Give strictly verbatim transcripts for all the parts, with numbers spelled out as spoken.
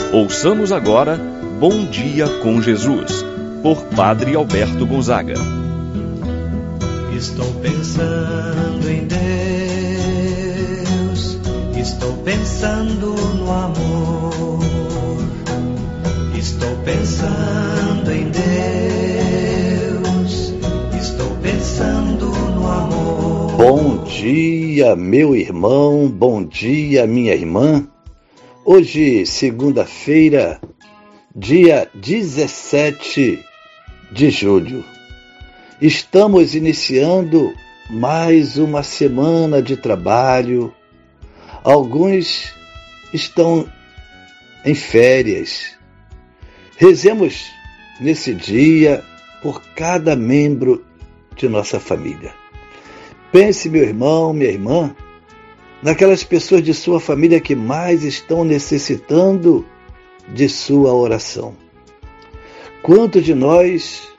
Ouçamos agora Bom Dia com Jesus, por Padre Alberto Gonzaga. Estou pensando em Deus, estou pensando no amor, estou pensando em Deus, estou pensando no amor. Bom dia, meu irmão, bom dia, minha irmã. Hoje, segunda-feira, dia dezessete de julho. Estamos iniciando mais uma semana de trabalho. Alguns estão em férias. Rezemos nesse dia por cada membro de nossa família. Pense, meu irmão, minha irmã, naquelas pessoas de sua família que mais estão necessitando de sua oração. Quantos de nós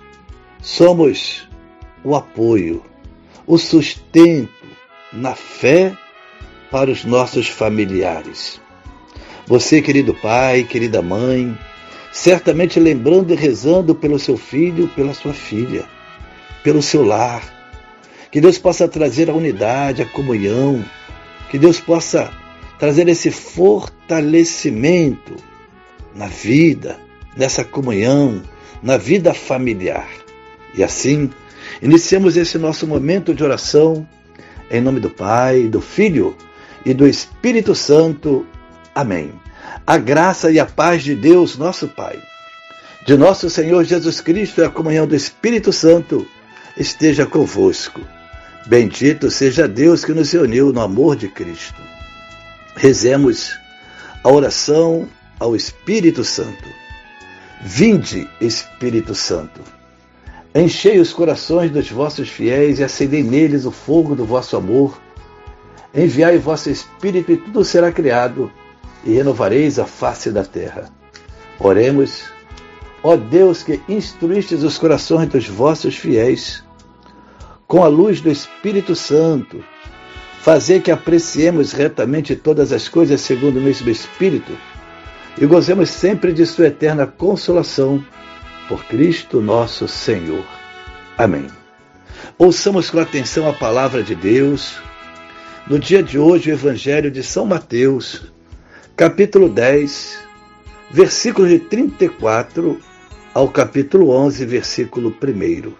somos o apoio, o sustento na fé para os nossos familiares? Você, querido pai, querida mãe, certamente lembrando e rezando pelo seu filho, pela sua filha, pelo seu lar. Que Deus possa trazer a unidade, a comunhão, que Deus possa trazer esse fortalecimento na vida, nessa comunhão, na vida familiar. E assim, iniciamos esse nosso momento de oração, em nome do Pai, do Filho e do Espírito Santo. Amém. A graça e a paz de Deus, nosso Pai, de nosso Senhor Jesus Cristo e a comunhão do Espírito Santo esteja convosco. Bendito seja Deus que nos uniu no amor de Cristo. Rezemos a oração ao Espírito Santo. Vinde, Espírito Santo, enchei os corações dos vossos fiéis e acendei neles o fogo do vosso amor. Enviai o vosso Espírito e tudo será criado, e renovareis a face da terra. Oremos. Ó Deus, que instruístes os corações dos vossos fiéis com a luz do Espírito Santo, fazer que apreciemos retamente todas as coisas segundo o mesmo Espírito e gozemos sempre de sua eterna consolação, por Cristo nosso Senhor. Amém. Ouçamos com atenção a palavra de Deus. No dia de hoje, o Evangelho de São Mateus, capítulo dez, versículos de trinta e quatro ao capítulo onze, versículo um.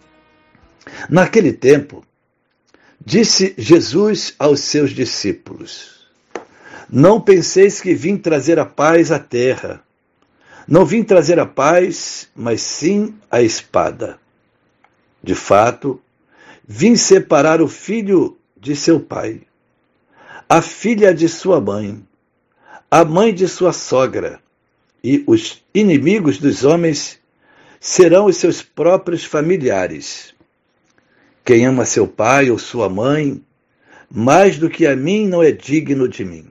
Naquele tempo, disse Jesus aos seus discípulos: Não penseis que vim trazer a paz à terra. Não vim trazer a paz, mas sim a espada. De fato, vim separar o filho de seu pai, a filha de sua mãe, a mãe de sua sogra, e os inimigos dos homens serão os seus próprios familiares. Quem ama seu pai ou sua mãe, mais do que a mim, não é digno de mim.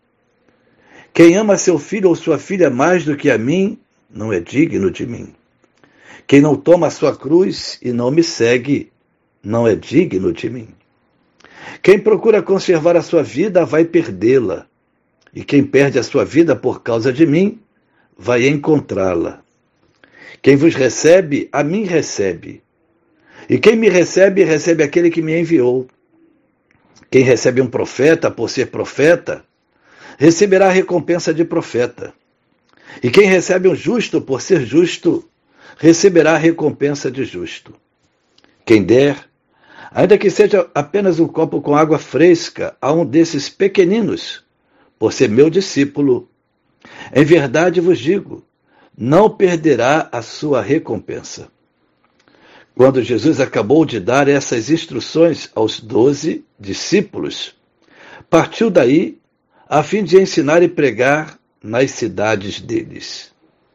Quem ama seu filho ou sua filha mais do que a mim, não é digno de mim. Quem não toma a sua cruz e não me segue, não é digno de mim. Quem procura conservar a sua vida, vai perdê-la. E quem perde a sua vida por causa de mim, vai encontrá-la. Quem vos recebe, a mim recebe. E quem me recebe, recebe aquele que me enviou. Quem recebe um profeta por ser profeta, receberá a recompensa de profeta. E quem recebe um justo por ser justo, receberá a recompensa de justo. Quem der, ainda que seja apenas um copo com água fresca, a um desses pequeninos, por ser meu discípulo, em verdade vos digo, não perderá a sua recompensa. Quando Jesus acabou de dar essas instruções aos doze discípulos, partiu daí a fim de ensinar e pregar nas cidades deles.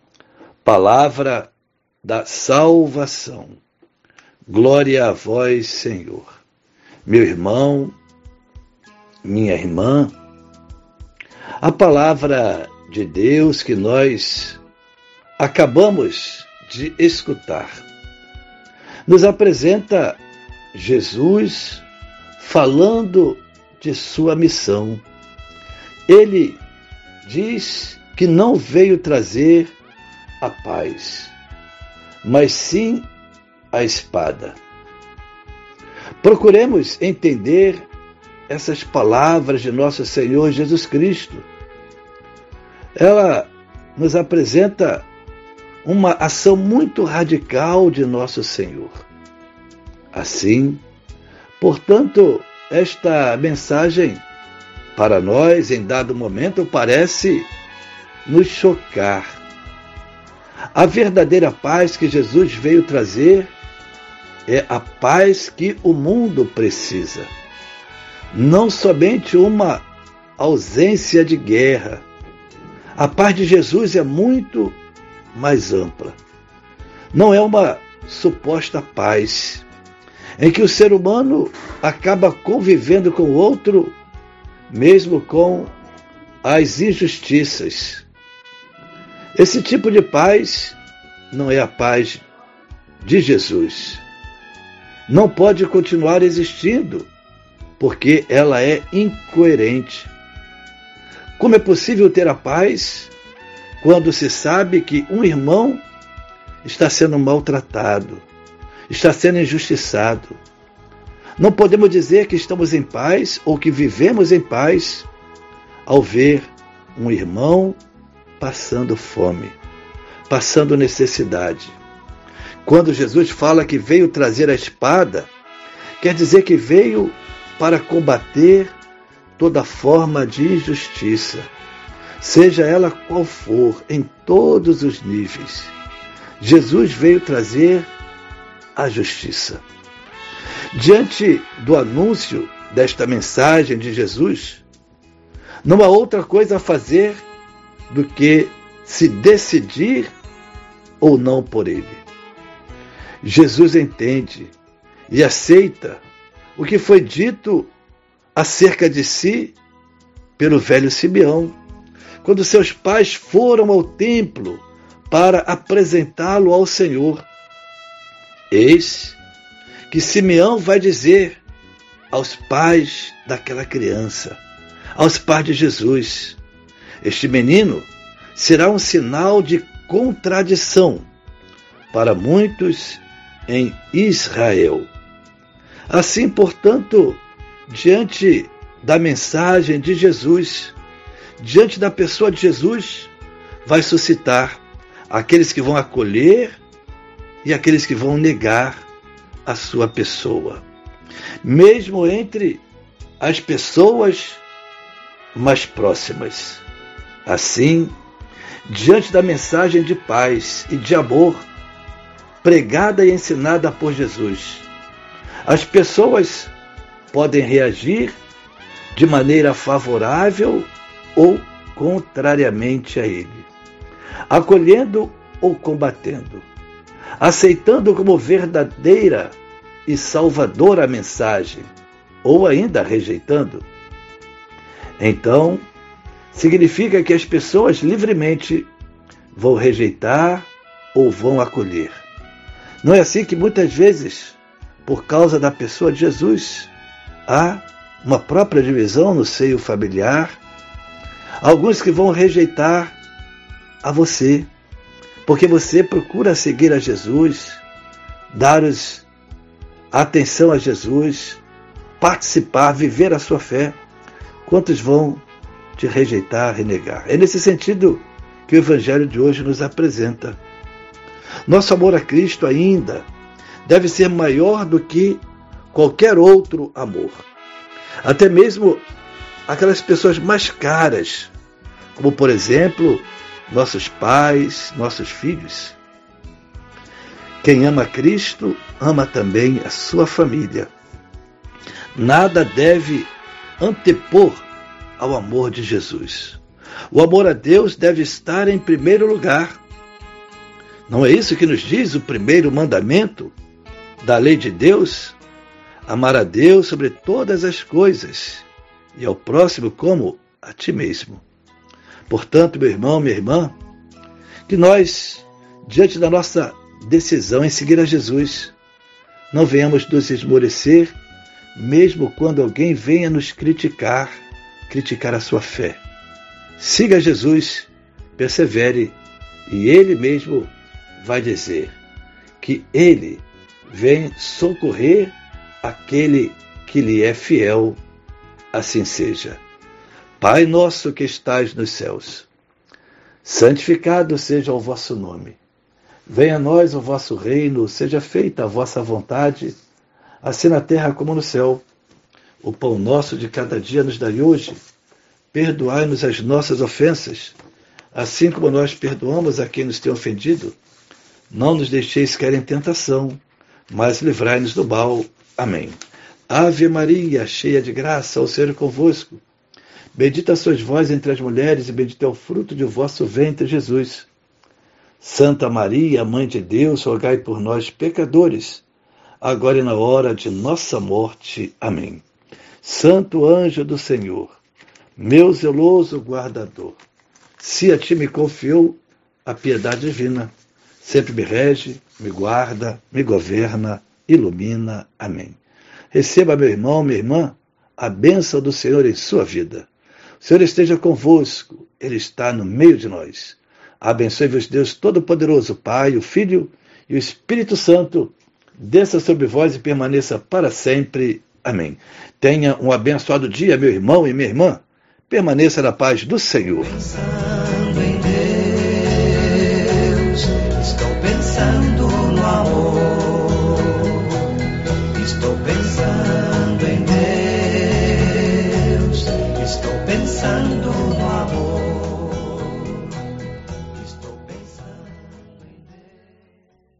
Palavra da salvação. Glória a vós, Senhor. Meu irmão, minha irmã, a palavra de Deus que nós acabamos de escutar nos apresenta Jesus falando de sua missão. Ele diz que não veio trazer a paz, mas sim a espada. Procuremos entender essas palavras de nosso Senhor Jesus Cristo. Ela nos apresenta uma ação muito radical de nosso Senhor. Assim, portanto, esta mensagem para nós, em dado momento, parece nos chocar. A verdadeira paz que Jesus veio trazer é a paz que o mundo precisa. Não somente uma ausência de guerra. A paz de Jesus é muito mais ampla. Não é uma suposta paz, em que o ser humano acaba convivendo com o outro, mesmo com as injustiças. Esse tipo de paz não é a paz de Jesus. Não pode continuar existindo, porque ela é incoerente. Como é possível ter a paz quando se sabe que um irmão está sendo maltratado, está sendo injustiçado? Não podemos dizer que estamos em paz ou que vivemos em paz ao ver um irmão passando fome, passando necessidade. Quando Jesus fala que veio trazer a espada, quer dizer que veio para combater toda forma de injustiça, seja ela qual for, em todos os níveis. Jesus veio trazer a justiça. Diante do anúncio desta mensagem de Jesus, não há outra coisa a fazer do que se decidir ou não por ele. Jesus entende e aceita o que foi dito acerca de si pelo velho Simeão, quando seus pais foram ao templo para apresentá-lo ao Senhor. Eis que Simeão vai dizer aos pais daquela criança, aos pais de Jesus: este menino será um sinal de contradição para muitos em Israel. Assim, portanto, diante da mensagem de Jesus, diante da pessoa de Jesus, vai suscitar aqueles que vão acolher e aqueles que vão negar a sua pessoa. Mesmo entre as pessoas mais próximas. Assim, diante da mensagem de paz e de amor pregada e ensinada por Jesus, as pessoas podem reagir de maneira favorável ou contrariamente a ele, acolhendo ou combatendo, aceitando como verdadeira e salvadora a mensagem, ou ainda rejeitando. Então, significa que as pessoas livremente vão rejeitar ou vão acolher. Não é assim que muitas vezes, por causa da pessoa de Jesus, há uma própria divisão no seio familiar? Alguns que vão rejeitar a você, porque você procura seguir a Jesus, dar atenção a Jesus, participar, viver a sua fé. Quantos vão te rejeitar, renegar? É nesse sentido que o Evangelho de hoje nos apresenta. Nosso amor a Cristo ainda deve ser maior do que qualquer outro amor. Até mesmo aquelas pessoas mais caras, como por exemplo, nossos pais, nossos filhos. Quem ama Cristo, ama também a sua família. Nada deve antepor ao amor de Jesus. O amor a Deus deve estar em primeiro lugar. Não é isso que nos diz o primeiro mandamento da lei de Deus? Amar a Deus sobre todas as coisas e ao próximo como a ti mesmo. Portanto, meu irmão, minha irmã, que nós, diante da nossa decisão em seguir a Jesus, não venhamos nos esmorecer, mesmo quando alguém venha nos criticar, criticar a sua fé. Siga Jesus persevere, e Ele mesmo vai dizer que Ele vem socorrer aquele que lhe é fiel. Assim seja. Pai nosso que estais nos céus, santificado seja o vosso nome. Venha a nós o vosso reino, seja feita a vossa vontade, assim na terra como no céu. O pão nosso de cada dia nos dai hoje. Perdoai-nos as nossas ofensas, assim como nós perdoamos a quem nos tem ofendido. Não nos deixeis cair em tentação, mas livrai-nos do mal. Amém. Ave Maria, cheia de graça, o Senhor é convosco. Bendita sois vós entre as mulheres, e bendito é o fruto de vosso ventre, Jesus. Santa Maria, Mãe de Deus, rogai por nós, pecadores, agora e na hora de nossa morte. Amém. Santo anjo do Senhor, meu zeloso guardador, se a ti me confiou a piedade divina, sempre me rege, me guarda, me governa, ilumina. Amém. Receba, meu irmão, minha irmã, a bênção do Senhor em sua vida. O Senhor esteja convosco, Ele está no meio de nós. Abençoe-vos Deus Todo-Poderoso, Pai, o Filho e o Espírito Santo, desça sobre vós e permaneça para sempre. Amém. Tenha um abençoado dia, meu irmão e minha irmã. Permaneça na paz do Senhor.